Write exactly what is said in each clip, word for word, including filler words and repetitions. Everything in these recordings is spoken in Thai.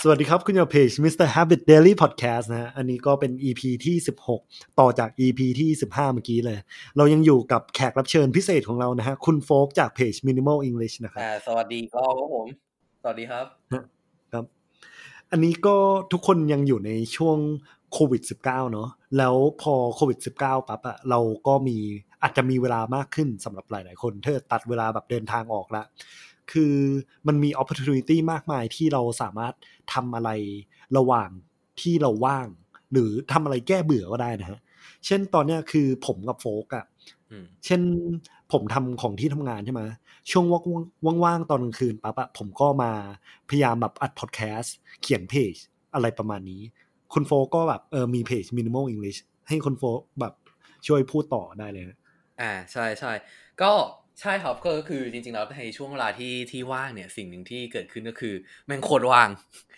สวัสดีครับคุณอยู่เพจ มิสเตอร์ Habit Daily Podcast นะฮะอันนี้ก็เป็น อี พี ที่สิบหกต่อจาก อี พี ที่สิบห้าเมื่อกี้เลยเรายังอยู่กับแขกรับเชิญพิเศษของเรานะฮะคุณโฟกจากเพจ Minimal English นะครับอ่าสวัสดีครับผมสวัสดีครับครับอันนี้ก็ทุกคนยังอยู่ในช่วงโควิด สิบเก้า เนาะแล้วพอโควิด สิบเก้า ปั๊บอะเราก็มีอาจจะมีเวลามากขึ้นสำหรับหลายๆคนถ้าตัดเวลาแบบเดินทางออกละคือมันมี opportunity มากมายที่เราสามารถทำอะไรระหว่างที่เราว่างหรือทำอะไรแก้เบื่อก็ได้นะฮะเช่นตอนเนี้ยคือผมกับโฟกอะเช่นผมทำของที่ทำงานใช่ไหมช่วงว่างๆตอนกลางคืนปั๊บอะผมก็มาพยายามแบบอัดพอดแคสต์เขียนเพจอะไรประมาณนี้คุณโฟก็แบบเออมีเพจ Minimal English ให้คุณโฟแบบช่วยพูดต่อได้เลยนะอ่าใช่ใช่ก็ใช่ครับก็คือจริงๆแล้วในช่วงเวลาที่ที่ว่างเนี่ยสิ่งหนึ่งที่เกิดขึ้นก็คือแม่งโคตรว่าง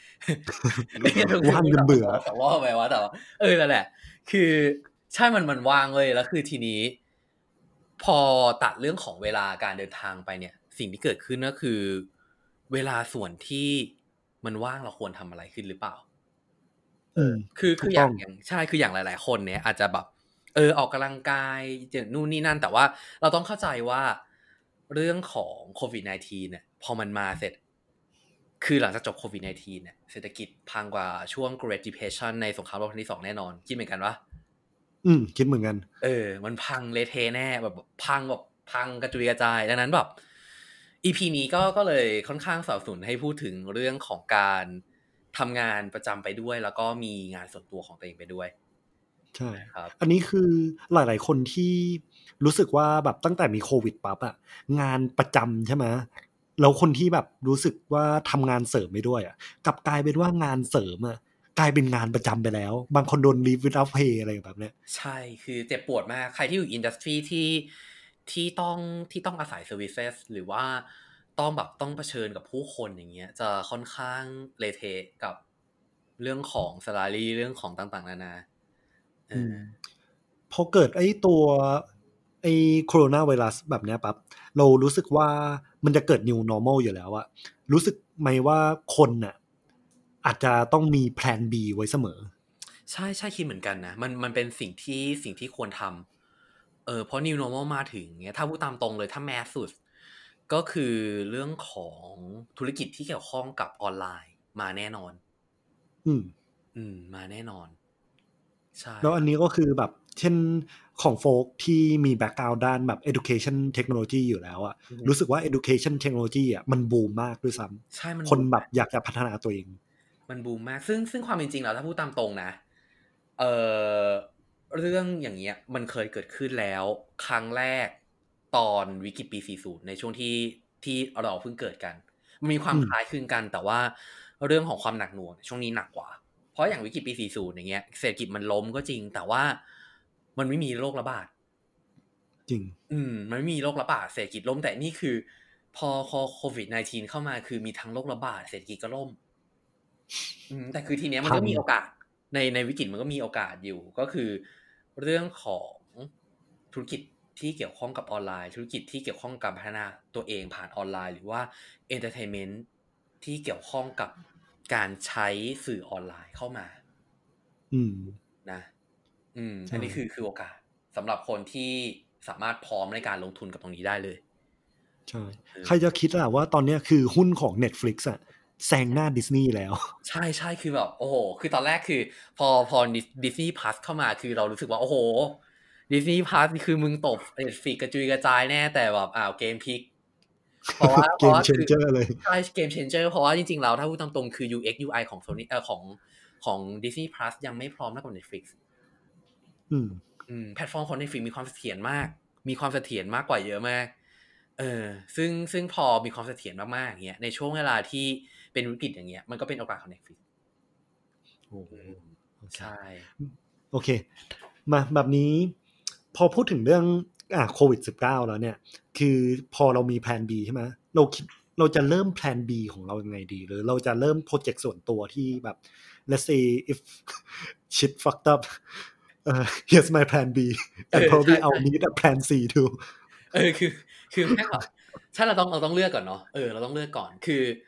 ว่างจนเบื่อแต่ว่าไปว่าแต่ว่าเออนั่นแหละคือใช่มันมันว่างเลยแล้วคือทีนี้พอตัดเรื่องของเวลาการเดินทางไปเนี่ยสิ่งที่เกิดขึ้นก็คือเวลาส่วนที่มันว่างเราควรทำอะไรขึ้นหรือเปล่าเออคือคืออย่างอย่างใช่คืออย่างหลายๆคนเนี่ยอาจจะแบบเออออกกำลังกายอย่างนู่นนี่นั่นแต่ว่าเราต้องเข้าใจว่าเรื่องของโควิด สิบเก้า เนี่ยพอมันมาเสร็จคือหลังจากจบโควิด สิบเก้า เนี่ยเศรษฐกิจพังกว่าช่วง Great Depression ในสงครามโลกครั้งที่สองแน่นอนคิดเหมือนกันปะอืมคิดเหมือนกันเออมันพังเละเทะแน่แบบพังแบบพังกระจุยกระจายดังนั้นแบบ อี พี นี้ก็ก็เลยค่อนข้างสนับสนุนให้พูดถึงเรื่องของการทำงานประจำไปด้วยแล้วก็มีงานส่วนตัวของตัวเองไปด้วยใช่ครับอันนี้คือหลายๆคนที่รู้สึกว่าแบบตั้งแต่มีโควิดปั๊บอะงานประจำใช่ไหมแล้วคนที่แบบรู้สึกว่าทำงานเสริมไปด้วยอะกลับกลายเป็นว่างานเสริมอะกลายเป็นงานประจำไปแล้วบางคนโดน leave without pay อะไรแบบเนี้ยใช่คือเจ็บปวดมากใครที่อยู่อินดัสทรีที่ที่ต้องที่ต้องอาศัย services หรือว่าต้องแบบต้องเผชิญกับผู้คนอย่างเงี้ยจะค่อนข้างเละเทะกับเรื่องของ salary เรื่องของต่างๆนานาเออพอเกิดไอ้ตัวไอ้โคโรนาไวรัสแบบเนี้ยปั๊บเรารู้สึกว่ามันจะเกิด new normal อยู่แล้วอะรู้สึกไหมว่าคนน่ะอาจจะต้องมีแพลน B ไว้เสมอใช่ใช่คิดเหมือนกันนะมันมันเป็นสิ่งที่สิ่งที่ควรทำเออเพราะ new normal มาถึงเงี้ยถ้าพูดตามตรงเลยถ้าแมสสุดก็คือเรื่องของธุรกิจที่เกี่ยวข้องกับออนไลน์มาแน่นอนอืมอืมมาแน่นอนใช่แล้วอันนี้ก็คือแบบเช่นของโฟกที่มีแบ็คกราวด์ด้านแบบ education technology อยู่แล้วอะรู้สึกว่า education technology อะมันบูมมากด้วยซ้ำใช่มันคนแบบอยากจะพัฒนาตัวเองมันบูมมากซึ่งซึ่งความเป็นจริงแล้วถ้าพูดตามตรงนะเออเรื่องอย่างเงี้ยมันเคยเกิดขึ้นแล้วครั้งแรกตอนวิกิปีสี่สิบในช่วงที่ที่เราเพิ่งเกิดกันมันมีความคล้ายคลึงกันแต่ว่าเรื่องของความหนักหน่วงช่วงนี้หนักกว่าเพราะอย่างวิกิปีสี่สิบอย่างเงี้ยเศรษฐกิจมันล้มก็จริงแต่ว่ามันไม่มีโรคระบาดจริงอืมมันไม่มีโรคระบาดเศรษฐกิจล้มแต่นี่คือพอพอโควิด สิบเก้า เข้ามาคือมีทั้งโรคระบาดเศรษฐกิจก็ล่มอืมแต่คือทีเนี้ยมันก็มีโอกาสในในวิกฤตมันก็มีโอกาสอยู่ก็คือเรื่องของธุรกิจที่เกี่ยวข้องกับออนไลน์ธุรกิจที่เกี่ยวข้องกับพัฒนาตัวเองผ่านออนไลน์หรือว่าเอนเตอร์เทนเมนต์ที่เกี่ยวข้องกับการใช้สื่อออนไลน์เข้ามาอืมนะอืมอันนี้คือคือโอกาสสำหรับคนที่สามารถพร้อมในการลงทุนกับตรงนี้ได้เลยใช่ใครจะคิดอะว่าตอนนี้คือหุ้นของ Netflix อะแซงหน้าดิสนีย์แล้วใช่ใช่คือแบบโอ้โหคือตอนแรกคือพอพอดิสนีย์พลัสเข้ามาคือเรารู้สึกว่าโอ้โหดิสนีย์พลัสคือมึงตบเน็ตฟลิกซ์กระจุยกระจายแน่แต่แบบอ้าวเกมพลิกเพราะว่าเพเกมราะว่าเชนเจอร์เลยใช่เกมเชนเจอร์เพราะว่าจริงๆแล้วถ้าพูดตามตรงคือ ยู เอ็กซ์ ยู ไอ ของ Sony เอ่อของของ Disney Plus ยังไม่พร้อมเท่ากับ Netflix อืมอืมแพลตฟอร์มของ Netflix มีความเสถียรมากมีความเสถียรมากกว่าเยอะมากเออซึ่งซึ่งพอมีความเสถียรมากๆอย่างเงี้ยในช่วงเวลาที่เป็นวิกฤตอย่างเงี้ยมันก็เป็นโอกาสของ Netflix โอ้โหใช่โอเคมาแบบนี้พอพูดถึงเรื่องอ่ะโควิด สิบเก้า แล้วเนี่ยคือพอเรามีแพลน B ใช่ไหมเราคิดเราจะเริ่มแพลน B ของเรายังไงดีหรือเราจะเริ่มโปรเจกต์ส่วนตัวที่แบบ let's say if shit fucked up uh, here's my plan B and probably I'll need a plan C too เออคือคือแม่งแบบใช่เราต้องเราต้องเลือกก่อนเนาะเออเราต้องเลือกก่อนคือ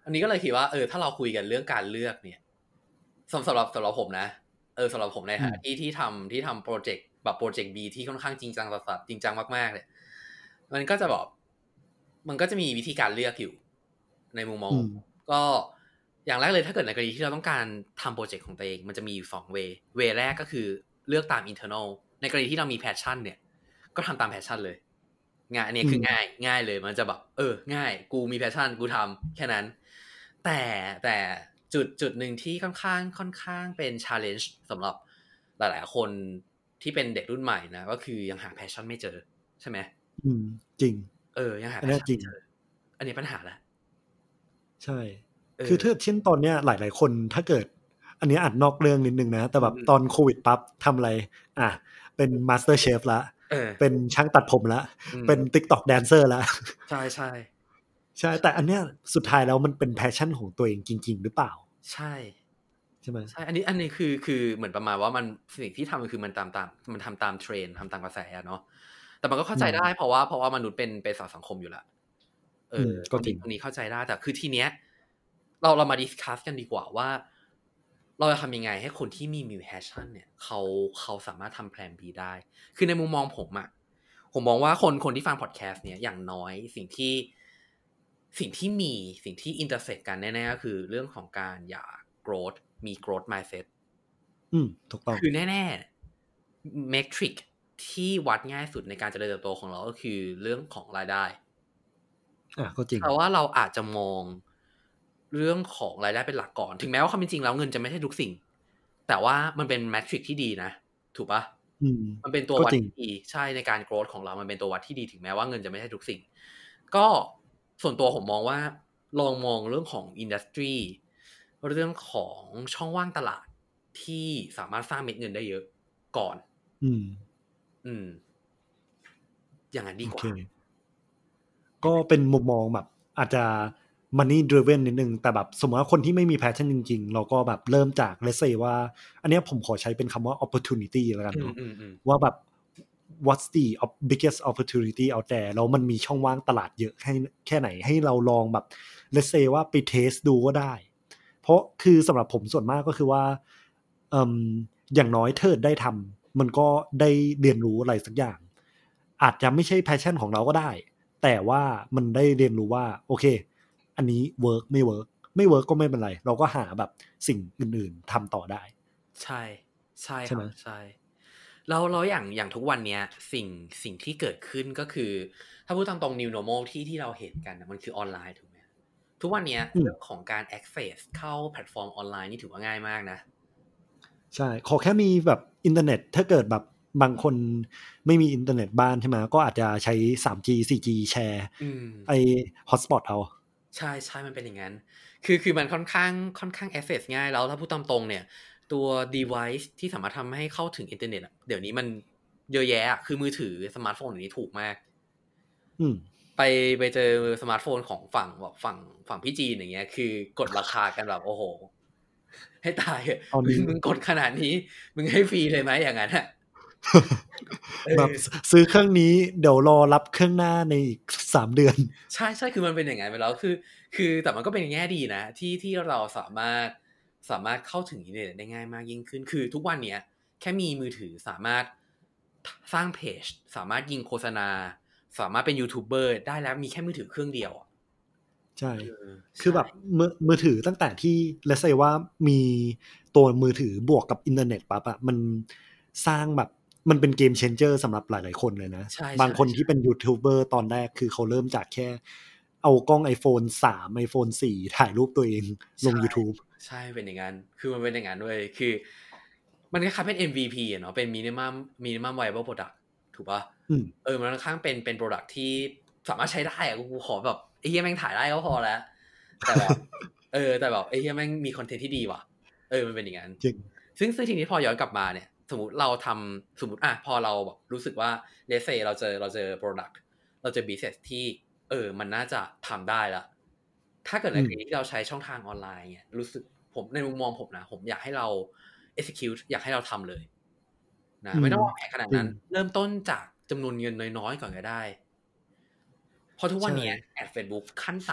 อันนี้ก็เลยคิดว่าเออถ้าเราคุยกันเรื่องการเลือกเนี่ยสำหรับสำหรับผมนะเออสำหรับผมในฐานะที่ที่ทำที่ทำโปรเจกต์แบบโปรเจกต์ B ที่ค่อนข้างจริงจังสัสๆจริงจังมากๆเลยมันก็จะแบบมันก็จะมีวิธีการเลือกอยู่ในมุมมองก็อย่างแรกเลยถ้าเกิดในกรณีที่เราต้องการทำโปรเจกต์ของตัวเองมันจะมีอยู่สองเวย์เวย์แรกก็คือเลือกตาม internal ในกรณีที่เรามี passion เนี่ยก็ทำตาม passion เลยง่ายอันนี้คือง่ายง่ายเลยมันจะแบบเออง่ายกูมี passion กูทำแค่นั้นแต่แต่จุดจุดหนึ่งที่ค่อนข้างค่อนข้างเป็น challenge สำหรับหลายๆคนที่เป็นเด็กรุ่นใหม่นะก็คือยังหา passion ไม่เจอใช่ไหมอืมจริงเออยังหา passion ไม่เจออันนี้ปัญหาละใช่คือถ้าเช่นตอนเนี้ยหลายๆคนถ้าเกิดอันนี้อาจนอกเรื่องนิดนึงนะแต่แบบตอนโควิดปั๊บทำอะไรอ่ะเป็นมาสเตอร์เชฟละเป็นช่างตัดผมละเป็น TikTok Dancer ละใช่ใช่ใช่แต่อันเนี้ยสุดท้ายแล้วมันเป็นแพชชั่นของตัวเองจริงๆหรือเปล่าใช่ใช่ไหมใช่อันนี้อันนี้คือคือเหมือนประมาณว่ามันสิ่งที่ทำคือมันตามตามมันทำตามเทรนด์ทำตามกระแสเนาะแต่มันก็เข้าใจได้เพราะว่าเพราะว่ามนุษย์เป็นเป็นสัตว์สังคมอยู่ละเออตรงนี้ตรงนี้เข้าใจได้แต่คือทีเนี้ยเราเรามาดิสคัสกันดีกว่าว่าเราจะทำยังไงให้คนที่มีมีแพชชั่นเนี่ยเขาเขาสามารถทำแพลน B ได้คือในมุมมองผมอะผมมองว่าคนคนที่ฟังพอดแคสต์เนี่ยอย่างน้อยสิ่งที่สิ่งที่มีสิ่งที่อินเตอร์เซ็กกันแน่ๆก็คือเรื่องของการอยาก growth มี growth mindset อืมถูกต้องคือแน่ๆ metric ที่วัดง่ายสุดในการเจริญเติบโตของเราก็คือเรื่องของรายได้อ่ะก็จริงเพราะว่าเราอาจจะมองเรื่องของรายได้เป็นหลักก่อนถึงแม้ว่าความเป็นจริงแล้วเงินจะไม่ใช่ทุกสิ่งแต่ว่ามันเป็นแมทริกที่ดีนะถูกปะมันเป็นตัววัดที่ดีใช่ในการโกรธของเรามันเป็นตัววัดที่ดีถึงแม้ว่าเงินจะไม่ใช่ทุกสิ่งก็ส่วนตัวผมมองว่าลองมองเรื่องของอินดัสทรีเรื่องของช่องว่างตลาดที่สามารถสร้างเม็ดเงินได้เยอะก่อนอืมอืมอย่างนั้นดีกว่าก็เป็นมุมมองแบบอาจจะ money driven นิดนึงแต่แบบสมมติว่าคนที่ไม่มี passion จริงๆเราก็แบบเริ่มจาก let's say ว่าอันนี้ผมขอใช้เป็นคำว่า opportunity แล้วกันเนาะว่าแบบ what's the biggest opportunity out there แล้วมันมีช่องว่างตลาดเยอะแค่แค่ไหนให้เราลองแบบ let's say ว่าไปเทสดูก็ได้เพราะคือสำหรับผมส่วนมากก็คือว่าอืมอย่างน้อยเธอได้ทำมันก็ได้เรียนรู้อะไรสักอย่างอาจจะไม่ใช่ passion ของเราก็ได้แต่ว่ามันได้เรียนรู้ว่าโอเคอันนี้เวิร์กไม่เวิร์กไม่เวิร์กก็ไม่เป็นไรเราก็หาแบบสิ่งอื่นๆทำต่อได้ใช่ใช่ครับใช่แล้วแล้วอย่างอย่างทุกวันเนี้ยสิ่งสิ่งที่เกิดขึ้นก็คือถ้าพูดตามตรง new normal ที่ที่เราเห็นกันมันคือออนไลน์ถูกไหมทุกวันเนี้ยเรื่องของการ access เข้าแพลตฟอร์มออนไลน์นี่ถือว่าง่ายมากนะใช่ขอแค่มีแบบอินเทอร์เน็ตถ้าเกิดแบบบางคนไม่มีอินเทอร์เน็ตบ้านใช่ไหมก็อาจจะใช้ ทรีจี โฟร์จี แชร์ไอ้ฮอตสปอตเอาใช่ใช่มันเป็นอย่างนั้นคือคือมันค่อนข้างค่อนข้าง access ง่ายแล้วถ้าพูดตามตรงเนี่ยตัว device ที่สามารถทำให้เข้าถึงอินเทอร์เน็ตเดี๋ยวนี้มันเยอะแยะคือมือถือสมาร์ทโฟนเดี๋ยวนี้ถูกมากอืมไปไปเจอสมาร์ทโฟนของฝั่งแบบฝั่งฝั่งพี่จีนอย่างเงี้ยคือกดราคากันแบบโอ้โหให้ตายอ่ะมึงกดขนาดนี้มึงให้ฟรีเลยไหมอย่างนั้นอ่ะแบบซื้อเครื่องนี้เดี๋ยวรอรับเครื่องหน้าในอีกสามเดือนใช่ใช่คือมันเป็นอย่างนั้นไปแล้วคือคือแต่มันก็เป็นแง่ดีนะที่ที่เราสามารถสามารถเข้าถึงอินเทอร์เน็ตได้ง่ายมากยิ่งขึ้นคือทุกวันเนี้ยแค่มีมือถือสามารถสร้างเพจสามารถยิงโฆษณาสามารถเป็นยูทูบเบอร์ได้แล้วมีแค่มือถือเครื่องเดียวใช่คือแบบมือมือถือตั้งแต่ที่เลเซว่ามีตัวมือถือบวกกับอินเทอร์เน็ตปั๊บอะมันสร้างแบบมันเป็นเกมเชนเจอร์สำหรับหลายๆคนเลยนะบางคนที่เป็นยูทูบเบอร์ตอนแรกคือเขาเริ่มจากแค่เอากล้อง iPhone สาม iPhone สี่ถ่ายรูปตัวเองลง YouTube ใช่เป็นอย่างนั้นคือมันเป็นอย่างนั้นด้วยคือมันคล้ายๆเป็น เอ็ม วี พี อ่ะเนาะเป็น minimum minimum viable product ถูกป่ะเออมันค่อนข้างเป็นเป็น product ที่สามารถใช้ได้อะกูขอแบบไอ้เหี้ยแม่งถ่ายได้ก็พอแล้วแต่แบบเออแต่แบบไอ้เหี้ยแม่งมีคอนเทนต์ที่ดีว่ะเออมันเป็นอย่างนั้นจริงซึ่งซึ่งทีนี้พอย้อนกลับมาเนี่ยสมมติเราทำสมมติอ่ะพอเราแบบรู้สึกว่าเลเซเราเจอเราเจอ product เราเจอ business ที่เออมันน่าจะทำได้ละถ้าเกิดในกรณีที่เราใช้ช่องทางออนไลน์เนี่ยรู้สึกผมในมุมมองผมนะผมอยากให้เรา execute อยากให้เราทำเลยนะไม่ต้องวางแผนขนาดนั้นเริ่มต้นจากจำนวนเงินน้อยๆก่อนก็ได้เพราะทุกวันนี้แอด Facebook ขั้นต่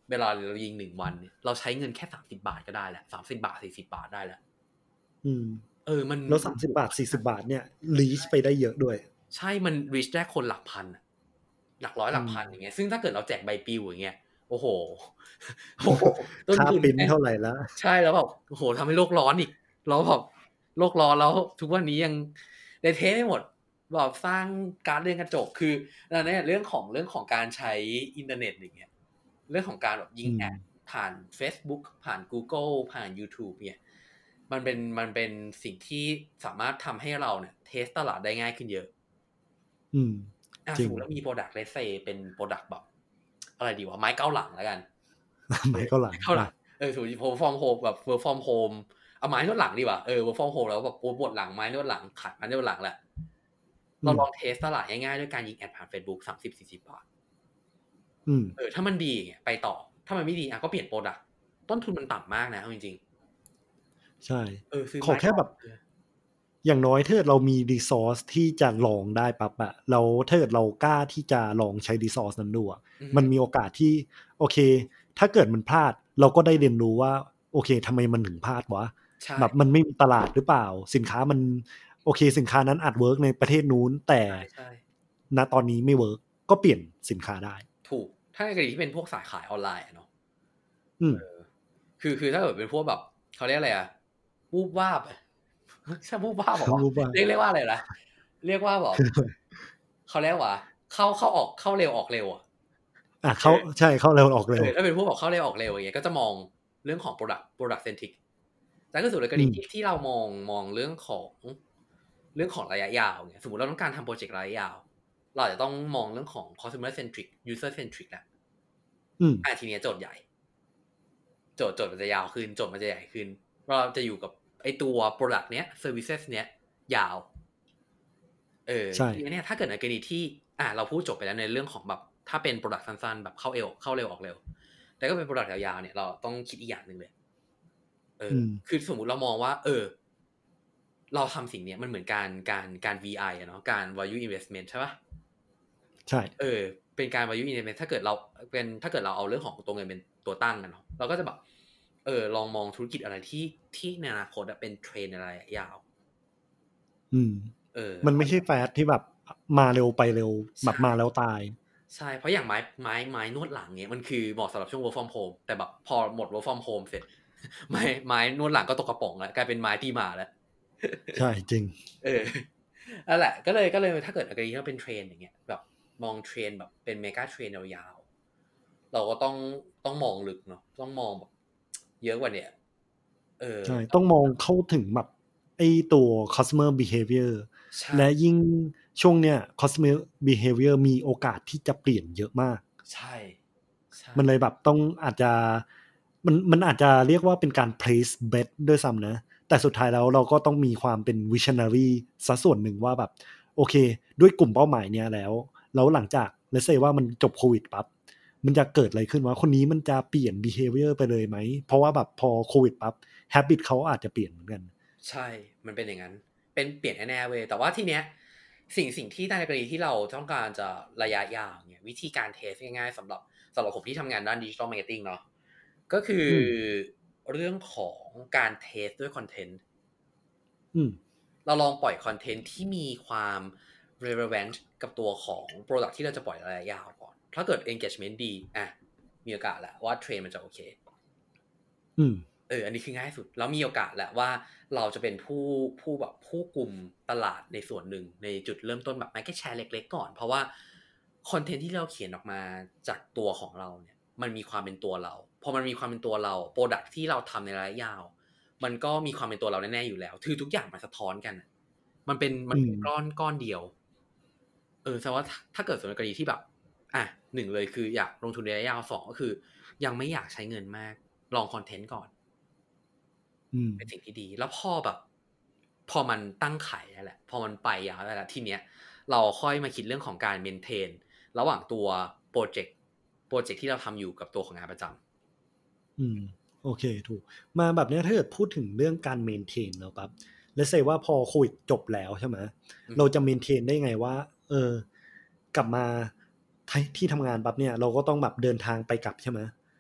เวลาเรายิงหนึ่งวันเราใช้เงินแค่สามสิบบาทก็ได้แหละสามสิบบาทสี่สิบบาทได้แล้วอืมเออมันแล้วสามสิบบาทสี่สิบบาทเนี่ยรีชไปได้เยอะด้วยใช่มันรีชได้คนหลักพันหลักร้อยหลักพันอย่างเงี้ยซึ่งถ้าเกิดเราแจกใบปลิวอย่างเงี้ยโอ้โหโอ้โหต้นทุนเท่าไหร่แล้วใช่แล้วแบบโอ้โหทำให้โลกร้อนอีกแล้วแบบโลกร้อนแล้วทุกวันนี้ยังได้เทไม่หมดแบบสร้างการเรือนกระจกคือแล้วเนี่ยเรื่องของเรื่องของการใช้อินเทอร์เน็ตอย่างเงี้ยเรื่องของการแบบยิงแอดผ่าน Facebook ผ่าน Google ผ่าน YouTube เนี่ยมันเป็นมันเป็นสิ่งที่สามารถทำให้เราเนี่ยเทสตลาดได้ง่ายขึ้นเยอะอืมอ่ะสมมติแล้วมี product let's say เป็น product แบบอะไรดีวะไม้เก้าหลังแล้วกันไม้เก้าหลังเก้าหลังเออสมมติ work from home แบบ work from home เอาไม้นวดหลังดีกว่าเออ work from home แล้วแบบปวดหลังไม้นวดหลังขายไม้นวดหลังแหละเราลองเทสตลาดง่ายๆด้วยการยิงแอดผ่าน Facebook สามสิบสี่สิบบาทอืมเออถ้ามันดีไงไปต่อถ้ามันไม่ดีอ่ะก็เปลี่ยน product ต้นทุนมันต่ำมากนะจริงๆใช่เออซื้อขอแค่แบบอย่างน้อยถ้าเรามีรีซอสที่จะลองได้ปั๊บอะแล้วถ้าเรากล้าที่จะลองใช้รีซอสนั้นดูอะมันมีโอกาสที่โอเคถ้าเกิดมันพลาดเราก็ได้เรียนรู้ว่าโอเคทำไมมันถึงพลาดวะแบบมันไม่มีตลาดหรือเปล่าสินค้ามันโอเคสินค้านั้นอาจเวิร์กในประเทศนู้นแต่ณตอนนี้ไม่เวิร์กก็เปลี่ยนสินค้าได้ถูกถ้าในกรณีที่เป็นพวกสายขายออนไลน์เนาะอืมคือคือถ้าเกิดเป็นพวกแบบเขาเรียกอะไรอะวูบวาบใช่วูบวาบบอกว่าเรียกเรียกว่าอะไรนะเรียกว่าแบบเขาเรียกว่าเข้าเข้าออกเข้าเร็วออกเร็วอ่ะอ่ะเข้าใช่เข้าเร็วออกเร็วถ้าเป็นพวกแบบเข้าเร็วออกเร็วอย่างเงี้ยก็จะมองเรื่องของ product product centric แต่ก็สุดในกรณีที่ที่เรามองมองเรื่องของเรื่องของระยะยาวเนี่ยสมมติเราต้องการทำโปรเจกต์ระยะยาวเราจะต้องมองเรื่องของ customer centric user centric แหละอ่ะทีนี้โจทย์ใหญ่โจทย์โจทย์มันจะยาวขึ้นโจทย์มันจะใหญ่ขึ้นเราจะอยู่กับไอตัว product เนี้ย services เนี้ยยาวเออทีนี้เนี่ยถ้าเกิดในกรณีที่อ่ะเราพูดจบไปแล้วในเรื่องของแบบถ้าเป็น product สั้นๆแบบเข้าเอวเข้าเร็วออกเร็วแต่ก็เป็น product ยาวๆเนี่ยเราต้องคิดอีกอย่างนึงเลยเออคือสมมุติเรามองว่าเออเราทำสิ่งนี้มันเหมือนการการการ วี ไอ อ่ะเนาะการ value investment ใช่ป่ะใช่เออเป็นการ value investment ถ้าเกิดเราเป็นถ้าเกิดเราเอาเรื่องของตัวเงินเป็นตัวตั้งกันเนาะเราก็จะแบบเออลองมองธุรกิจอะไรที่ที่ในอนาคตเป็นเทรนด์อะไรยาวอืมเออมันไม่ใช่แฟชั่นที่แบบมาเร็วไปเร็วแบบมาแล้วตายใช่เพราะอย่างไม้ไม้ไม้นวดหลังเนี้ยมันคือเหมาะสำหรับช่วง work from home แต่แบบพอหมด work from home เสร็จไม้ไม้นวดหลังก็ตกกระป๋องแล้วกลายเป็นไม้ที่มาแล้วใช่จริงเออนั่นแหละก็เลยก็เลยถ้าเกิดกรณีที่เป็นเทรนอย่างเงี้ยแบบมองเทรนแบบเป็นเมกาเทรนยาวๆเราก็ต้องต้องมองลึกเนาะต้องมองแบบเยอะกว่าเนี้ยเออใช่ต้องมองเข้าถึงแบบไอ้ตัว customer behavior และยิ่งช่วงเนี้ย customer behavior มีโอกาสที่จะเปลี่ยนเยอะมากใช่มันเลยแบบต้องอาจจะมันมันอาจจะเรียกว่าเป็นการ place bet ด้วยซ้ำนะแต่สุดท้ายแล้วเราก็ต้องมีความเป็น visionary ซะส่วนหนึ่งว่าแบบโอเคด้วยกลุ่มเป้าหมายเนี้ยแล้วแล้วหลังจาก let's say ว่ามันจบโควิดปั๊บมันจะเกิดอะไรขึ้นวะคนนี้มันจะเปลี่ยน behavior ไปเลยไหมเพราะว่าแบบพอโควิดปั๊บ habit เขาอาจจะเปลี่ยนเหมือนกันใช่มันเป็นอย่างนั้นเป็นเปลี่ยนแน่ๆเว้ยแต่ว่าทีเนี้ยสิ่งสิ่งที่ในกรณีที่เราต้องการจะระยะยาวเนี่ยวิธีการเทสง่ายๆสำหรับสำหรับผมที่ทำงานด้าน digital marketing เนาะก็คือเรื่องของการเทสด้วยคอนเทนต์เราลองปล่อยคอนเทนต์ที่มีความ relevant กับตัวของ product ที่เราจะปล่อยระยะยาวก่อนถ้าเกิด engagement ดีอ่ะมีโอกาสแหละว่าเทรนด์มันจะโอเคอืมเอออันนี้คือง่ายสุดแล้วมีโอกาสแหละว่าเราจะเป็นผู้ผู้แบบผู้กลุ่มตลาดในส่วนหนึ่งในจุดเริ่มต้นแบบ market share เล็กๆก่อนเพราะว่าคอนเทนต์ที่เราเขียนออกมาจากตัวของเราเนี่ยมันมีความเป็นตัวเราพอมันมีความเป็นตัวเราโปรดักที่เราทำในระยะยาวมันก็มีความเป็นตัวเราแน่ๆอยู่แล้วคือทุกอย่างมันสะท้อนกันมันเป็นมันเป็นก้อนก้อนเดียวเออแสดงว่าถ้าเกิดสมมติกรณีที่แบบอ่ะหนึ่งเลยคืออยากลงทุนในระยะยาวสองก็คือยังไม่อยากใช้เงินมากลองคอนเทนต์ก่อนเป็นสิ่งที่ดีแล้วพอแบบพอมันตั้งไข่แล้วแหละพอมันไปยาวแล้วทีเนี้ยเราค่อยมาคิดเรื่องของการเมนเทนระหว่างตัวโปรเจกต์โปรเจกต์ที่เราทำอยู่กับตัวของงานประจำอืมโอเคถูกมาแบบนี้ถ้าเกิดพูดถึงเรื่องการเมนเทนแล้วปั๊บแล้วเซว่าพอโควิดจบแล้วใช่ไหมเราจะเมนเทนได้ไงว่าเออกลับมาที่ทำงานปั๊บเนี่ยเราก็ต้องแบบเดินทางไปกลับใช่ไหม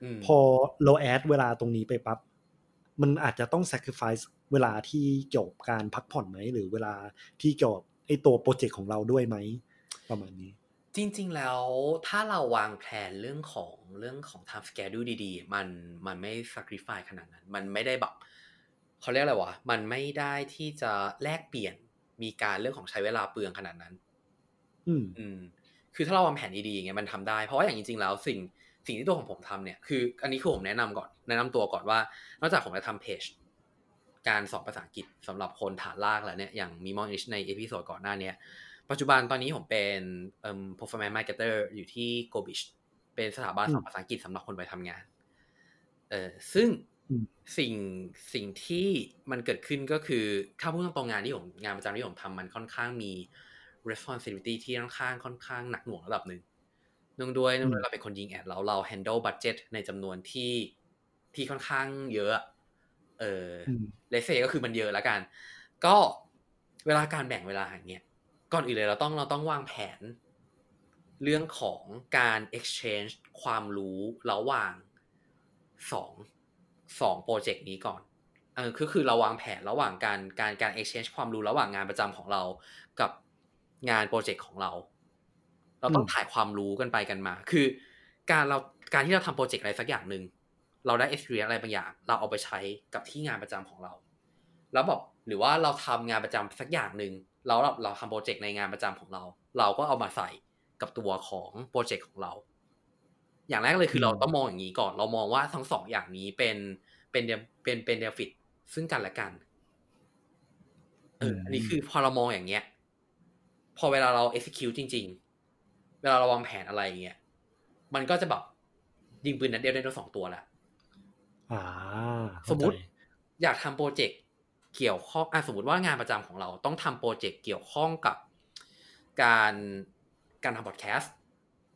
พอเราแอดเวลาตรงนี้ไปปั๊บมันอาจจะต้อง sacrifice เวลาที่เกี่ยวกับการพักผ่อนไหมหรือเวลาที่เกี่ยวกับไอ้ตัวโปรเจกต์ของเราด้วยไหมประมาณนี้จริงๆแล้วถ้าเราวางแผนเรื่องของเรื่องของ time schedule ดีๆมันมันไม่ sacrifice ขนาดนั้นมันไม่ได้แบบเขาเรียกอะไรวะมันไม่ได้ที่จะแลกเปลี่ยนมีการเรื่องของใช้เวลาเปลืองขนาดนั้นอืมอืมคือถ้าเราวางแผนดีๆอย่างเงี้ยมันทำได้เพราะว่าอย่างจริงๆแล้วสิ่งสิ่งที่ตัวของผมทำเนี่ยคืออันนี้คือผมแนะนำก่อนแนะนำตัวก่อนว่านอกจากผมจะทำเพจการสอนภาษาอังกฤษสำหรับคนฐานรากแล้วเนี่ยอย่างมีมองอิชในเอพิโซดก่อนหน้านี้ปัจจุบันตอนนี้ผมเป็นเอ่อ performance marketer อยู่ที่ Gobish เป็นสถาบันสอนภาษาอังกฤษสำหรับคนไปทำงานเออซึ่งสิ่งสิ่งที่มันเกิดขึ้นก็คือถ้าพูดตรงๆงานที่ผมงานประจำที่ผมทำมันค่อนข้างมี responsibility ที่ค่อนข้างค่อนข้างหนักหน่วงระดับหนึ่งเนื่องด้วยเนื่องด้วยเราเป็นคนยิงแอดแล้วเรา handle budget ในจำนวนที่ที่ค่อนข้างเยอะเออเลเซก็คือมันเยอะแล้วกันก็เวลาการแบ่งเวลาอย่างเงี้ยก่อนอื่นเลยเราต้องเราต้องวางแผนเรื่องของการ exchange ความรู้ระหว่างสองสองโปรเจกต์นี้ก่อนเออคือคือเราวางแผนระหว่างการการการ exchange ความรู้ระหว่างงานประจำของเรากับงานโปรเจกต์ของเราเราต้องถ่ายความรู้กันไปกันมาคือการเราการที่เราทำโปรเจกต์อะไรสักอย่างนึงเราได้ experience อะไรบางอย่างเราเอาไปใช้กับที่งานประจำของเราแล้วแบบหรือว่าเราทำงานประจำสักอย่างนึงแล้วเราเราทำโปรเจกต์ในงานประจำของเราเราก็เอามาใส่กับตัวของโปรเจกต์ของเราอย่างแรกเลยคือเราต้องมองอย่างนี้ก่อนเรามองว่าทั้งสองอย่างนี้เป็นเป็นเป็นเป็นเดฟิตซึ่งกันและกันเอออันนี้คือพอเรามองอย่างเงี้ยพอเวลาเรา execute จริงๆเวลาเราวางแผนอะไรอย่างเงี้ยมันก็จะแบบยิงปืนนัดเดียวได้ทั้งสองตัวแหละสมมุติอยากทำโปรเจกต์เกี่ยวข้องอ่ะสมมติว่างานประจำของเราต้องทำโปรเจกต์เกี่ยวข้องกับการการทำพอดแคสต์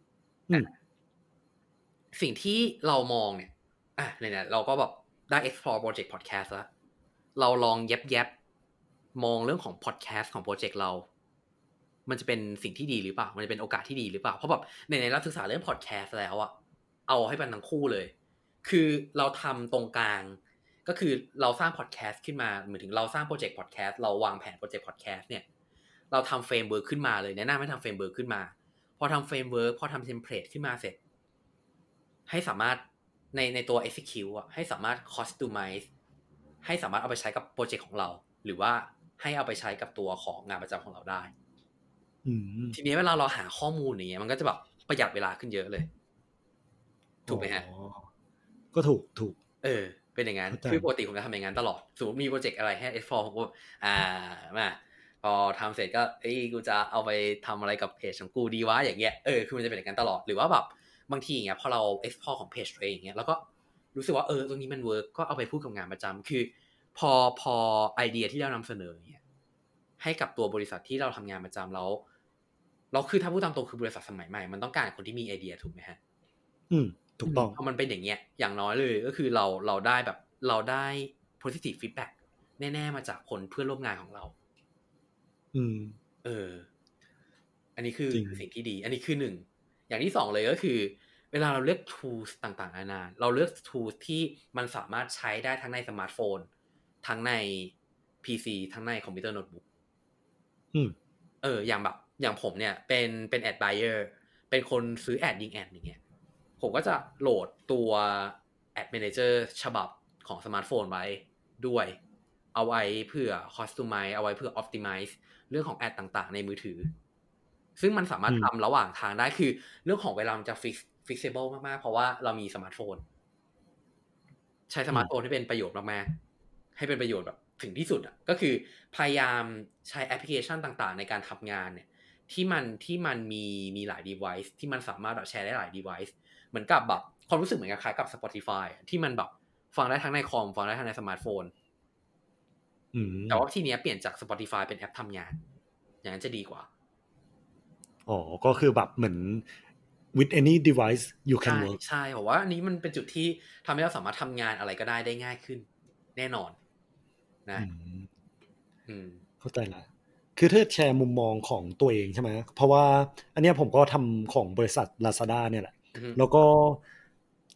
สิ่งที่เรามองเนี่ยอ่ะเนี่ยเราก็แบบได้ explore project podcast แล้วเราลองแยบๆมองเรื่องของ podcast ของโปรเจกต์เรามันจะเป็นสิ่งที่ดีหรือเปล่ามันจะเป็นโอกาสที่ดีหรือเปล่าเพราะแบบในในเราศึกษาเรื่อง podcast แล้วอะเอาให้เป็นทั้งคู่เลยคือเราทำตรงกลางก็คือเราสร้าง podcast ขึ้นมาเหมือนถึงเราสร้างโปรเจกต์ podcast เราวางแผนโปรเจกต์ podcast เนี่ยเราทำเฟรมเวิร์คขึ้นมาเลยแนะนำให้ทำเฟรมเวิร์คขึ้นมาพอทำเฟรมเวิร์คพอทำเทมเพลตขึ้นมาเสร็จให้สามารถในในตัว execute อ่ะให้สามารถ customize ให้สามารถเอาไปใช้กับโปรเจกต์ของเราหรือว่าให้เอาไปใช้กับตัวของงานประจำของเราได้ทีนี้เวลาเราหาข้อมูลอย่างเงี้ยมันก็จะแบบประหยัดเวลาขึ้นเยอะเลยถูกไหมฮะก็ถูกถูกเออเป็นอย่างนั้นคือปกติผมจะทำอย่างนั้นตลอดสมมติมีโปรเจกต์อะไรให้ เอส โฟร์ ผมก็อ่ามาพอทำเสร็จก็เอ้ยกูจะเอาไปทำอะไรกับเพจของกูดีวะอย่างเงี้ยเออคือมันจะเป็นอย่างนั้นตลอดหรือว่าแบบบางทีอย่างเงี้ยพอเรา export ของเพจตัวเองเงี้ยแล้วก็รู้สึกว่าเออตรงนี้มันเวิร์กก็เอาไปพูดกับงานประจำคือพอพอไอเดียที่เรานำเสนอเงี้ยให้กับตัวบริษัทที่เราทำงานประจำแล้วเราคือถ้าพูดตามตรงคือบริษัทสมัยใหม่มันต้องการคนที่มีไอเดียถูกไหมฮะอืมถูกต้องพอมันเป็นอย่างเงี้ยอย่างน้อยเลยก็คือเราเราได้แบบเราได้ positive feedback แน่ๆมาจากคนเพื่อนร่วมงานของเราอืมเอออันนี้คือสิ่งที่ดีอันนี้คือหนึ่งอย่างที่สองเลยก็คือเวลาเราเลือก tools ต่างๆนานาเราเลือก tools ที่มันสามารถใช้ได้ทั้งในสมาร์ทโฟนทั้งใน พี ซี ทั้งในคอมพิวเตอร์โน้ตบุ๊กอืมเอออย่างแบบอย่างผมเนี่ยเป็นเป็น ad buyer เป็นคนซื้อแอดยิงแอดอย่างเงี้ยผมก็จะโหลดตัว Ad Manager ฉบับของสมาร์ทโฟนไว้ด้วยเอาไว้เพื่อ customize เอาไว้เพื่อ optimize เรื่องของแอดต่างๆในมือถือซึ่งมันสามารถทำระหว่างทางได้คือเรื่องของเวลามันจะ fix flexible มากๆเพราะว่าเรามีสมาร์ทโฟนใช้สมาร์ทโฟนให้เป็นประโยชน์มากๆให้เป็นประโยชน์แบบถึงที่สุดอ่ะก็คือพยายามใช้แอปพลิเคชันต่างๆในการทำงานเนี่ยที่มันที่มันมีมีหลาย device ที่มันสามารถแบบแชร์ได้หลาย device เหมือนกับแบบความรู้สึกเหมือนกับคล้ายกับ Spotify ที่มันแบบฟังได้ทั้งในคอมฟังได้ทั้งในสมาร์ทโฟนแต่ว่าทีนี้เปลี่ยนจาก Spotify เป็นแอปทำงานอย่างนั้นจะดีกว่าอ๋อก็คือแบบเหมือน with any device you can ใช่ work ใช่ผมว่าอันนี้มันเป็นจุดที่ทำให้เราสามารถทำงานอะไรก็ได้ได้ง่ายขึ้นแน่นอนนะอืมเข้าใจละคือถ้าแชร์มุมมองของตัวเองใช่ไหมเพราะว่าอันนี้ผมก็ทำของบริษัท Lazada เนี่ยแหละแล้วก็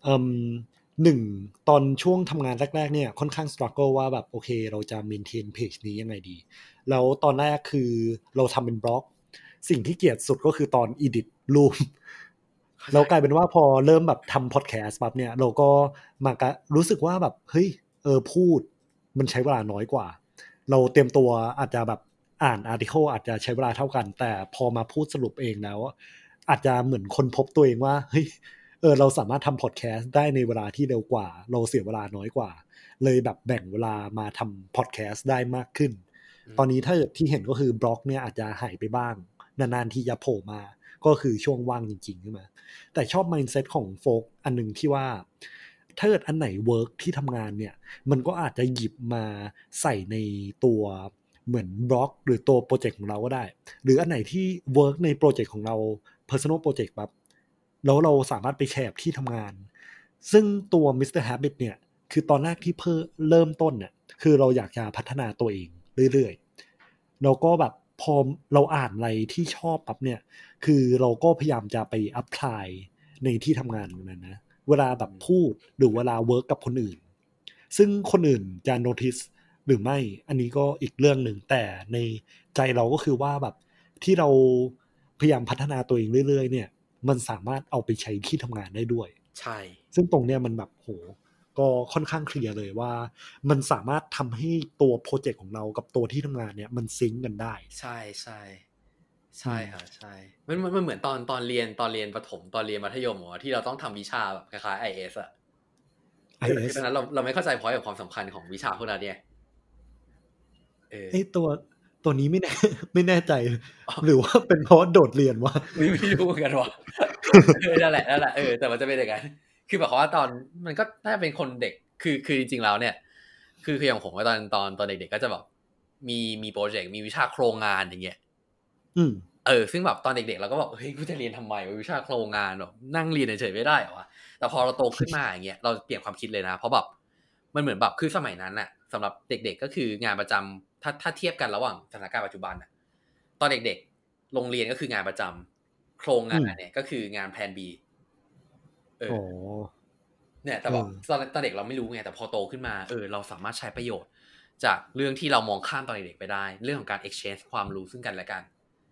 เอ่มหนึ่งตอนช่วงทำงานแรกๆเนี่ยค่อนข้าง struggle ว่าแบบโอเคเราจะ maintain page นี้ยังไงดีแล้วตอนแรกคือเราทำเป็นบล็อกสิ่งที่เกลียดสุดก็คือตอน edit รูปแล้วกลายเป็นว่าพอเริ่มแบบทำ podcast ปั๊บเนี่ยเราก็มากะรู้สึกว่าแบบเฮ้ยเออพูดมันใช้เวลาน้อยกว่าเราเตรียมตัวอาจจะแบบอ่าน article อาจจะใช้เวลาเท่ากันแต่พอมาพูดสรุปเองแล้วอาจจะเหมือนคนพบตัวเองว่าเฮ้ยเออเราสามารถทำพอดแคสต์ได้ในเวลาที่เร็วกว่าเราเสียเวลาน้อยกว่าเลยแบบแบ่งเวลามาทำพอดแคสต์ได้มากขึ้นตอนนี้ถ้าที่เห็นก็คือบล็อกเนี่ยอาจจะหายไปบ้างนานๆที่จะโผล่มาก็คือช่วงว่างจริงๆใช่ไหมแต่ชอบ mindset ของโฟกอันนึงที่ว่าถ้าเกิดอันไหนเวิร์กที่ทำงานเนี่ยมันก็อาจจะหยิบมาใส่ในตัวเหมือนบล็อกหรือตัวโปรเจกต์ของเราก็ได้หรืออันไหนที่เวิร์กในโปรเจกต์ของเรา personal project แบบแล้วเราสามารถไปแชร์ที่ทำงานซึ่งตัว มิสเตอร์ Habit เนี่ยคือตอนแรกที่เพิ่มเริ่มต้นเนี่ยคือเราอยากจะพัฒนาตัวเองเรื่อยๆแล้วก็แบบพอเราอ่านอะไรที่ชอบปั๊บเนี่ยคือเราก็พยายามจะไปอัพพลายในที่ทำงานนั้นนะเวลาแบบพูดหรือเวลาเวิร์กกับคนอื่นซึ่งคนอื่นจะ notice หรือไม่อันนี้ก็อีกเรื่องหนึ่งแต่ในใจเราก็คือว่าแบบที่เราพยายามพัฒนาตัวเองเรื่อยๆเนี่ยมันสามารถเอาไปใช้ที่ทำงานได้ด้วยใช่ซึ่งตรงเนี้ยมันแบบโหก็ค่อนข้างเคลียร์เลยว่ามันสามารถทำให้ตัวโปรเจกต์ของเรากับตัวที่ทำงานเนี่ยมันซิงก์กันได้ใช่ใช่ใช่ค่ะใช่มันมันเหมือนตอนตอนเรียนตอนเรียนประถมตอนเรียนมัธยมอ่ะที่เราต้องทำวิชาแบบคล้ายๆ ไอ เอส อ่ะไอ เอสคือตอนนั้นเราเราไม่เข้าใจพอยต์กับความสำคัญของวิชาพวกนั้นเนี่ยเออไอตัวตัวนี้ไม่แน่ ไม่แน่ใจหรือว่าเป็นเพราะโดดเรียนวะไม่ไม่รู้เหมือนกันว่ะเออนั่นแหละนั่นแหละเออแต่มันจะเป็นอย่างนั้นคือแบบว่าตอนมันก็น่าเป็นคนเด็กคือคือจริงๆแล้วเนี่ยคือคืออย่างผมตอนตอนตอนเด็กๆก็จะแบบมีมีโปรเจกต์มีวิชาโครงงานอย่างเงี้ยอืมเออซึ่งแบบตอนเด็กๆเราก็บอกเฮ้ยกูจะเรียนทำไมวิชาโครงงานแบบนั่งเรียนเฉยๆไม่ได้เหรอวะแต่พอเราโตขึ้นมาอย่างเงี้ยเราเปลี่ยนความคิดเลยนะเพราะแบบมันเหมือนแบบคือสมัยนั้นน่ะสำหรับเด็กๆก็คืองานประจำถ้าถ้าเทียบกันระหว่างสถานการณ์ปัจจุบันน่ะตอนเด็กๆโรงเรียนก็คืองานประจำโครงงานเนี่ยก็คืองานแพลน B เออเนี่ยแต่แบบตอนตอนเด็กเราไม่รู้ไงแต่พอโตขึ้นมาเออเราสามารถใช้ประโยชน์จากเรื่องที่เรามองข้ามตอนเด็กไปได้เรื่องของการ exchange ความรู้ซึ่งกันและกัน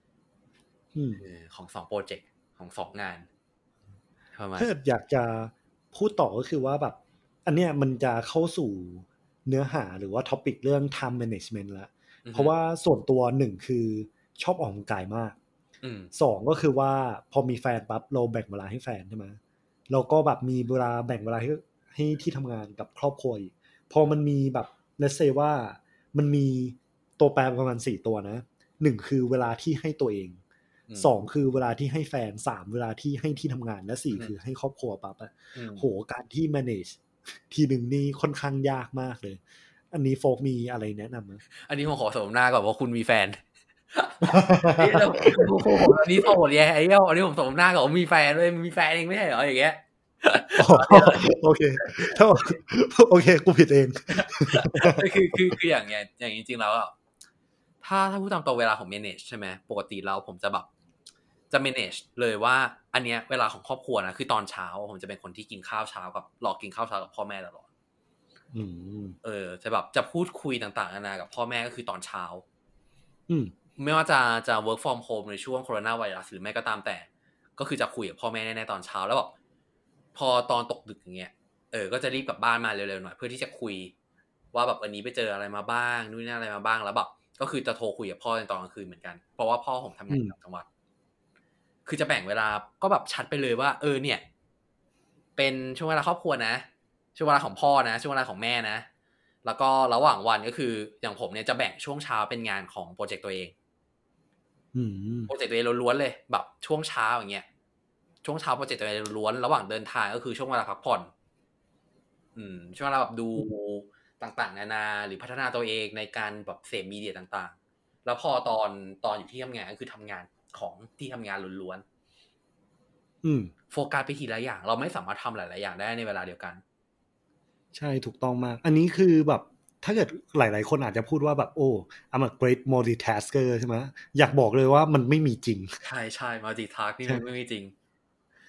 ของสองโปรเจกต์ของสองงานถ้าอยากจะพูดต่อก็คือว่าแบบอันเนี้ยมันจะเข้าสู่เนื้อหาหรือว่าท็อปิกเรื่อง time management แล้วเพราะว่าส่วนตัวหนึ่งคือชอบออกกำลังกายมากสองก็คือว่าพอมีแฟนปั๊บเราแบ่งเวลาให้แฟนใช่ไหมเราก็แบบมีเวลาแบ่งเวลาให้ให้ที่ทำงานกับครอบครัวอีกพอมันมีแบบ let's say ว่ามันมีตัวแปรประมาณสี่ตัวนะหนึ่งคือเวลาที่ให้ตัวเองสองคือเวลาที่ให้แฟนสามเวลาที่ให้ที่ทำงานและสี่คือให้ครอบครัวปั๊บอะโหการที่ manage ทีหนึ่งนี่ค่อนข้างยากมากเลยอันนี้โฟกมีอะไรแนะนำไหมอันนี้ผมขอสมหน้าก่อนว่าคุณมีแฟนไอ้เราโอ้โหอันนี้โสดแย่ไอ้เหี้ยอันนี้ผมสมหน้าก่อนว่ามีแฟนเลยมีแฟนเองไม่ใช่เหรออย่างเงี้ยโอเคถ้าโอเคกูผิดเองคือคือคืออย่างเงี้ยอย่างจริงๆแล้วถ้าถ้าพูดตามตัวเวลาของ manage ใช่ไหมปกติแล้วผมจะแบบจะ manage เลยว่าอันเนี้ยเวลาของครอบครัวนะคือตอนเช้าผมจะเป็นคนที่กินข้าวเช้ากับรอกินข้าวเช้ากับพ่อแม่ตลอดเออจะแบบจะพูดคุยต่างๆนานากับพ่อแม่ก็คือตอนเช้าไม่ว่าจะจะ work from home ในช่วงโคโรนาไวรัสหรือไม่ก็ตามแต่ก็คือจะคุยกับพ่อแม่แน่ๆตอนเช้าแล้วแบบพอตอนตกดึกอย่างเงี้ยเออก็จะรีบกลับบ้านมาเร็วๆหน่อยเพื่อที่จะคุยว่าแบบวันนี้ไปเจออะไรมาบ้างนู่นนี่อะไรมาบ้างแล้วแบบก็คือจะโทรคุยกับพ่อในตอนกลางคืนเหมือนกันเพราะว่าพ่อผมทำงานต่างจังหวัดคือจะแบ่งเวลาก็แบบชัดไปเลยว่าเออเนี่ยเป็นช่วงเวลาครอบครัวนะช่วงเวลาของพ่อนะช่วงเวลาของแม่นะแล้วก็ระหว่างวันก็คืออย่างผมเนี่ยจะแบ่งช่วงเช้าเป็นงานของโปรเจกต์ตัวเองโปรเจกต์ตัวเองล้วนๆเลยแบบช่วงเช้าอย่างเงี้ยช่วงเช้าโปรเจกต์ตัวเองล้วนระหว่างเดินทางก็คือช่วงเวลาพักผ่อนอืมช่วงเวลาแบบดูต่างๆนานาหรือพัฒนาตัวเองในการแบบเสพมีเดียต่างๆแล้วพอตอนตอนอยู่ที่ทำงานก็คือทำงานของที่ทำงานล้วนๆโฟกัสไปทีละอย่างเราไม่สามารถทำหลายๆอย่างได้ในเวลาเดียวกันใช่ถูกต้องมากอันนี้คือแบบถ้าเกิดหลายๆคนอาจจะพูดว่าแบบโอ้ I'm a great multitasker ใช่ไหมอยากบอกเลยว่ามันไม่มีจริงใช่ใช่ multitask นี่มันไม่มีจริง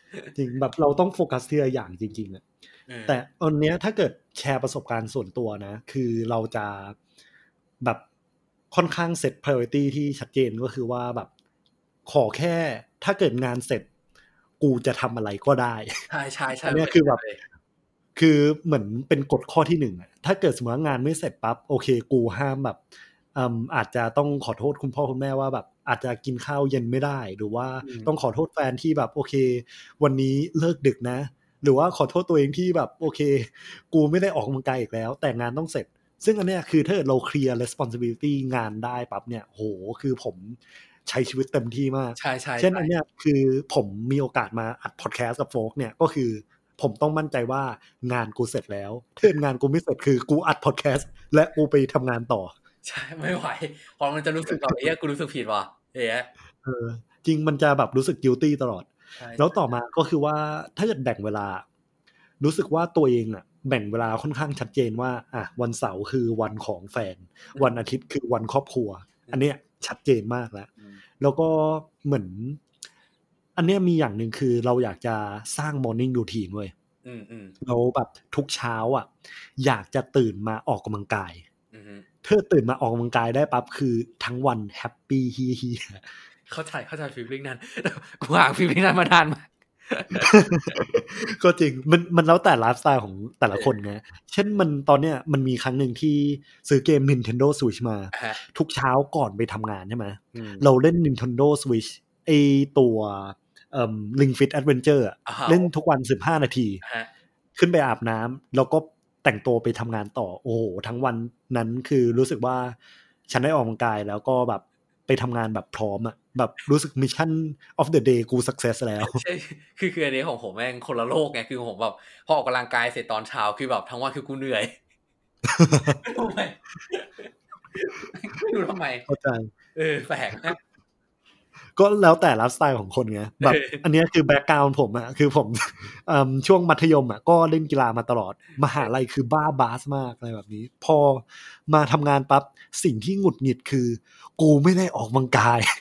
จริงแบบเราต้องโฟกัสทีละอย่างจริงๆอ่ะแต่อันเนี้ยถ้าเกิดแชร์ประสบการณ์ส่วนตัวนะคือเราจะแบบค่อนข้างเซต priority ที่ชัดเจนก็คือว่าแบบขอแค่ถ้าเกิดงานเสร็จกูจะทำอะไรก็ได้ใช่ใช่ใช่อันนี้คือแบบคือเหมือนเป็นกฎข้อที่หนึ่งอะถ้าเกิดสมมติว่างานไม่เสร็จปั๊บโอเคกูห้ามแบบอืมอาจจะต้องขอโทษคุณพ่อคุณแม่ว่าแบบอาจจะกินข้าวเย็นไม่ได้หรือว่าต้องขอโทษแฟนที่แบบโอเควันนี้เลิกดึกนะหรือว่าขอโทษตัวเองที่แบบโอเคกูไม่ได้ออกกำลังกายอีกแล้วแต่งานต้องเสร็จซึ่งอันเนี้ยคือถ้าเราเคลียร์ responsibility งานได้ปั๊บเนี่ยโหคือผมใช้ชีวิตเต็มที่มากใช่ใช่เช่นอันเนี้ยคือผมมีโอกาสมาอัดพอดแคสต์กับโฟกเนี่ยก็คือผมต้องมั่นใจว่างานกูเสร็จแล้วถ้างานกูไม่เสร็จคือกูอัดพอดแคสต์และกูไปทำงานต่อใช่ไม่ไหวพอมันจะรู้สึกแบบเอ้ยกูรู้สึกผิดว่ะเอ๊ะเออจริงมันจะแบบรู้สึก guilty ตลอดแล้วต่อมาก็คือว่าถ้าเกิดแบ่งเวลารู้สึกว่าตัวเองอ่ะแบ่งเวลาค่อนข้างชัดเจนว่าอ่ะวันเสาร์คือวันของแฟนวันอาทิตย์คือวันครอบครัวอันเนี้ยชัดเจนมากแล้วแล้วก็เหมือนอันเนี้ยมีอย่างหนึ่งคือเราอยากจะสร้าง morning routine เว้ยเราแบบทุกเช้าอ่ะอยากจะตื่นมาออกกำลังกายเธอตื่นมาออกกำลังกายได้ปั๊บคือทั้งวันแฮปปี้ฮีฮีเข้าใจเข้าใจฟีลลิ่งนั้นกูห่างฟีลลิ่งนั้นมานานมากก็จริงมันมันแล้วแต่ไลฟ์สไตล์ของแต่ละคนไงเช่นมันตอนเนี้ยมันมีครั้งหนึ่งที่ซื้อเกม Nintendo Switch มาทุกเช้าก่อนไปทำงานใช่ไหมเราเล่น Nintendo Switch ไอตัวเอ่อ Ring Fit Adventure เล่นทุกวันสิบห้านาทีขึ้นไปอาบน้ำแล้วก็แต่งตัวไปทำงานต่อโอ้โหทั้งวันนั้นคือรู้สึกว่าฉันได้ออกกำลังกายแล้วก็แบบไปทำงานแบบพร้อมอะแบบรู้สึก Mission of the day กู success แล้วใช่คือคืออันนี้ของผมแม่งคนละโลกไงคือผมแบบพอออกกำลังกายเสร็จตอนเช้าคือแบบทั้งวันคือกูเหนื่อยทำไมไม่รู้ทำไมเข้าใจเออแปลกนะก็แล้วแต่ไลฟ์สไตล์ของคนไงแบบอันนี้คือแบ็คกราวน์ผมอะคือผมช่วงมัธยมอะก็เล่นกีฬามาตลอดมหาลัยคือบ้าบาสมากอะไรแบบนี้พอมาทำงานปั๊บสิ่งที่หงุดหงิดคือกูไม่ได้ออกกำลังกาย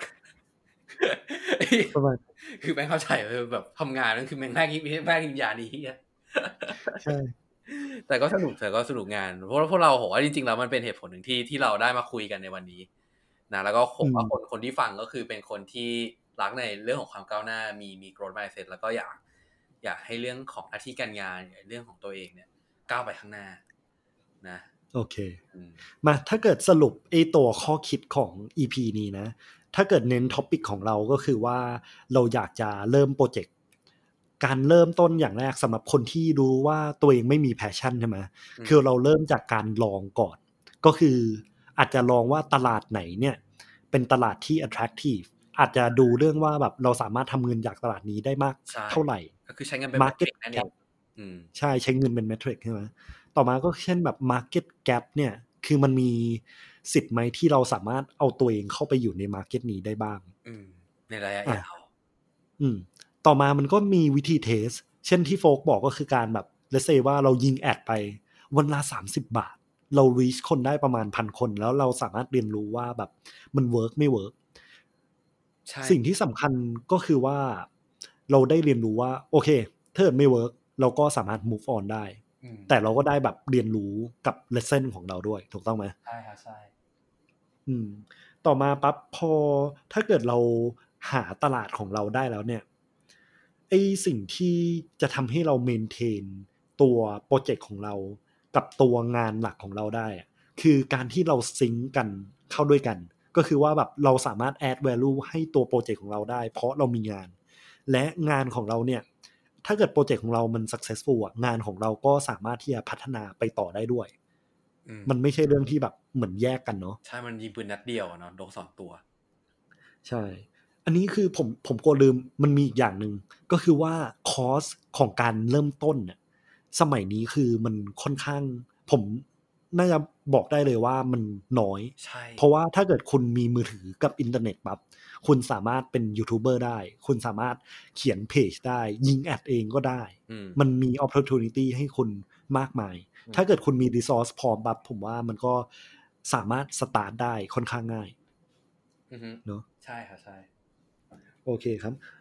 ประมาณคือแม่งเข้าใจแบบทำงานนั่นคือแม่งแม่งแม่งกินยาดีใช่แต่ก็สนุกแต่ก็สนุกงานเพราะพวกเราโหว่าจริงๆแล้วมันเป็นเหตุผลหนึ่งที่ที่เราได้มาคุยกันในวันนี้นะแล้วก็ผมว่าคนคนที่ฟังก็คือเป็นคนที่รักในเรื่องของความก้าวหน้ามีมี growth mindset แล้วก็อยากอยากให้เรื่องของหน้าที่การงานเรื่องของตัวเองเนี่ยก้าวไปข้างหน้านะโอเคมาถ้าเกิดสรุปไอ้ตัวข้อคิดของ อี พี นี้นะถ้าเกิดเน้นท็อปิกของเราก็คือว่าเราอยากจะเริ่มโปรเจกต์การเริ่มต้นอย่างแรกสำหรับคนที่รู้ว่าตัวเองไม่มีแพชชั่นใช่ไหมคือเราเริ่มจากการลองก่อนก็คืออาจจะลองว่าตลาดไหนเนี่ยเป็นตลาดที่ attractive อาจจะดูเรื่องว่าแบบเราสามารถทำเงินจากตลาดนี้ได้มากเท่าไหร่ก็คือใช้เงินเป็น market นั่นเองใช่ใช้เงินเป็น metric ใช่ไหมต่อมาก็เช่นแบบ market gap เนี่ยคือมันมีสิทธิ์ไหมที่เราสามารถเอาตัวเองเข้าไปอยู่ใน market นี้ได้บ้างในระยะยาวอืมต่อมามันก็มีวิธีเทสเช่นที่โฟกบอกก็คือการแบบ let's say ว่าเรายิงแอดไปวันละสามสิบบาทเรา reach คนได้ประมาณพันคนแล้วเราสามารถเรียนรู้ว่าแบบมัน work ไม่ work สิ่งที่สำคัญก็คือว่าเราได้เรียนรู้ว่าโอเคถ้าเกิดไม่ work เราก็สามารถ move on ได้แต่เราก็ได้แบบเรียนรู้กับ lesson ของเราด้วยถูกต้องไหมใช่ครับใช่อืมต่อมาปั๊บพอถ้าเกิดเราหาตลาดของเราได้แล้วเนี่ยไอสิ่งที่จะทำให้เรา maintain ตัวโปรเจกต์ของเรากับตัวงานหลักของเราได้คือการที่เราซิงก์กันเข้าด้วยกันก็คือว่าแบบเราสามารถ add value ให้ตัวโปรเจกต์ของเราได้เพราะเรามีงานและงานของเราเนี่ยถ้าเกิดโปรเจกต์ของเรามัน successful อ่ะงานของเราก็สามารถที่จะพัฒนาไปต่อได้ด้วยมันไม่ใช่เรื่องที่แบบเหมือนแยกกันเนาะใช่มันยิงปืนนัดเดียวเนาะโดนสองตัวใช่อันนี้คือผมผมกลัวลืมมันมีอีกอย่างหนึ่งก็คือว่าคอสของการเริ่มต้นเนี่ยสมัยนี้คือมันค่อนข้างผมน่าจะบอกได้เลยว่ามันน้อยเพราะว่าถ้าเกิดคุณมีมือถือกับอินเทอร์เน็ตปั๊บคุณสามารถเป็นยูทูบเบอร์ได้คุณสามารถเขียนเพจได้ยิงแอดเองก็ได้มันมี opportunity ให้คุณมากมายถ้าเกิดคุณมี resource พร้อมปั๊บผมว่ามันก็สามารถสตาร์ทได้ค่อนข้างง่ายเนาะใช่ครับใช่โอเคครับ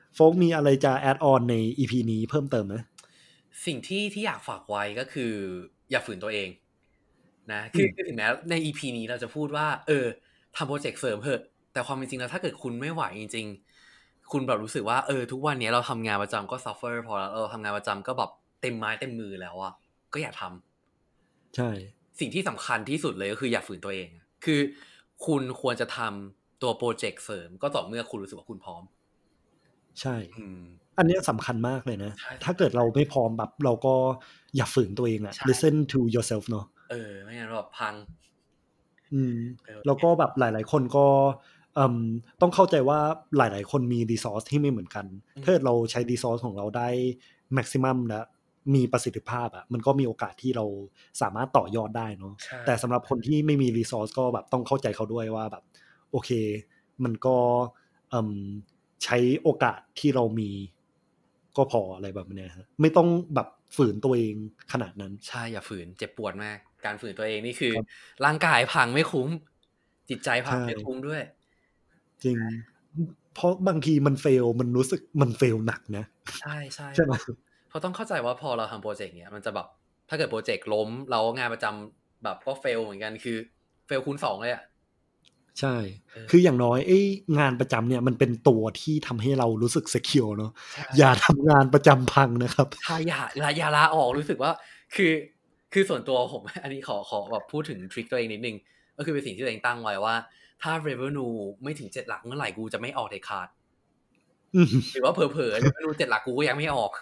โฟกมีอะไรจะแอดออนใน อี พี นี้เพิ่มเติมไหมสิ่งที่ที่อยากฝากไว้ก็คืออย่าฝืนตัวเองนะคือคือถึงแม้ใน อี พี นี้เราจะพูดว่าเออทำโปรเจกต์เสริมเถอะแต่ความเป็นจริงแล้วถ้าเกิดคุณไม่ไหวจริงๆคุณแบบรู้สึกว่าเออทุกวันนี้เราทำงานประจำก็ suffer พอแล้วเราทำงานประจำก็แบบเต็มไม้เต็มมือแล้วอ่ะก็อย่าทำใช่สิ่งที่สำคัญที่สุดเลยก็คืออย่าฝืนตัวเองคือคุณควรจะทำตัวโปรเจกต์เสริมก็ต่อเมื่อคุณรู้สึกว่าคุณพร้อมใช่อันนี้สำคัญมากเลยนะถ้าเกิดเราไม่พร้อมแบบเราก็อย่าฝืนตัวเองอะ listen to yourself เนาะเออไม่งั้นแบบพังอืมแล้วก็แบบหลายๆคนก็ต้องเข้าใจว่าหลายๆคนมี resource ที่ไม่เหมือนกันถ้าเราใช้ resource ของเราได้ maximum และมีประสิทธิภาพอ่ะมันก็มีโอกาสที่เราสามารถต่อยอดได้เนาะแต่สำหรับคนที่ไม่มี resource ก็แบบต้องเข้าใจเขาด้วยว่าแบบโอเคมันก็ใช้โอกาสที่เรามีก็พออะไรแบบนี้ฮะไม่ต้องแบบฝืนตัวเองขนาดนั้นใช่อย่าฝืนเจ็บปวดมากการฝืนตัวเองนี่คือร่างกายพังไม่คุ้มจิตใจพังไม่คุ้มด้วยจริงเพราะบางทีมันเฟลมันรู้สึกมันเฟลหนักนะใช่ใช่ใช่ไหมเพราะต้องเข้าใจว่าพอเราทำโปรเจกต์เนี้ยมันจะแบบถ้าเกิดโปรเจกต์ล้มเรางานประจำแบบก็เฟลเหมือนกันคือเฟลคูณสองเลยอ่ะใช่คืออย่างน้อยไอ้งานประจำเนี่ยมันเป็นตัวที่ทำให้เรารู้สึก secure เนาะอย่าทำงานประจำพังนะครับถ้าอย่าอย่าลาออกรู้สึกว่าคือคือส่วนตัวผมอันนี้ขอขอแบบพูดถึงทริคตัวเองนิดนึงก็คือเป็นสิ่งที่ตัวเองตั้งไว้ว่าถ้า revenue ไม่ถึงเจ็ดหลักเมื่อไหร่กูจะไม่ออกเด็ดขาดหรือว่าเผลอๆ revenue เจ็ดหลักกูก็ยังไม่ออก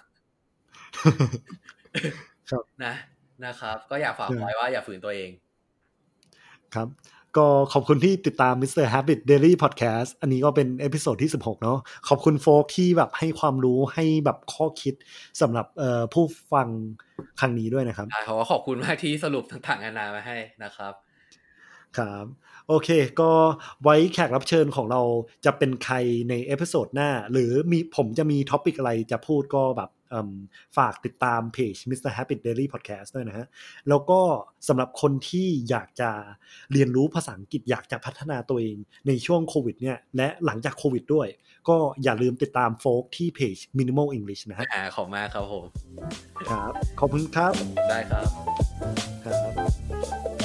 นะนะครับก็อยากฝากไว้ว่าอย่าฝืนตัวเองครับก็ขอบคุณที่ติดตาม มิสเตอร์ Habit Daily Podcast อันนี้ก็เป็นเอพิโซดที่สิบหกเนาะขอบคุณโฟกที่แบบให้ความรู้ให้แบบข้อคิดสำหรับผู้ฟังครั้งนี้ด้วยนะครับขอขอบคุณมากที่สรุปต่างๆนานามาให้นะครับครับโอเคก็ไว้แขกรับเชิญของเราจะเป็นใครในเอพิโซดหน้าหรือมีผมจะมีท็อปิกอะไรจะพูดก็แบบฝากติดตามเพจ มิสเตอร์ Habit Daily Podcast ด้วยนะฮะแล้วก็สำหรับคนที่อยากจะเรียนรู้ภาษาอังกฤษอยากจะพัฒนาตัวเองในช่วงโควิดเนี่ยและหลังจากโควิดด้วยก็อย่าลืมติดตามโฟกที่เพจ Minimal English นะฮะขอบคุณมากครับผมครับขอบคุณครับได้ครับครับ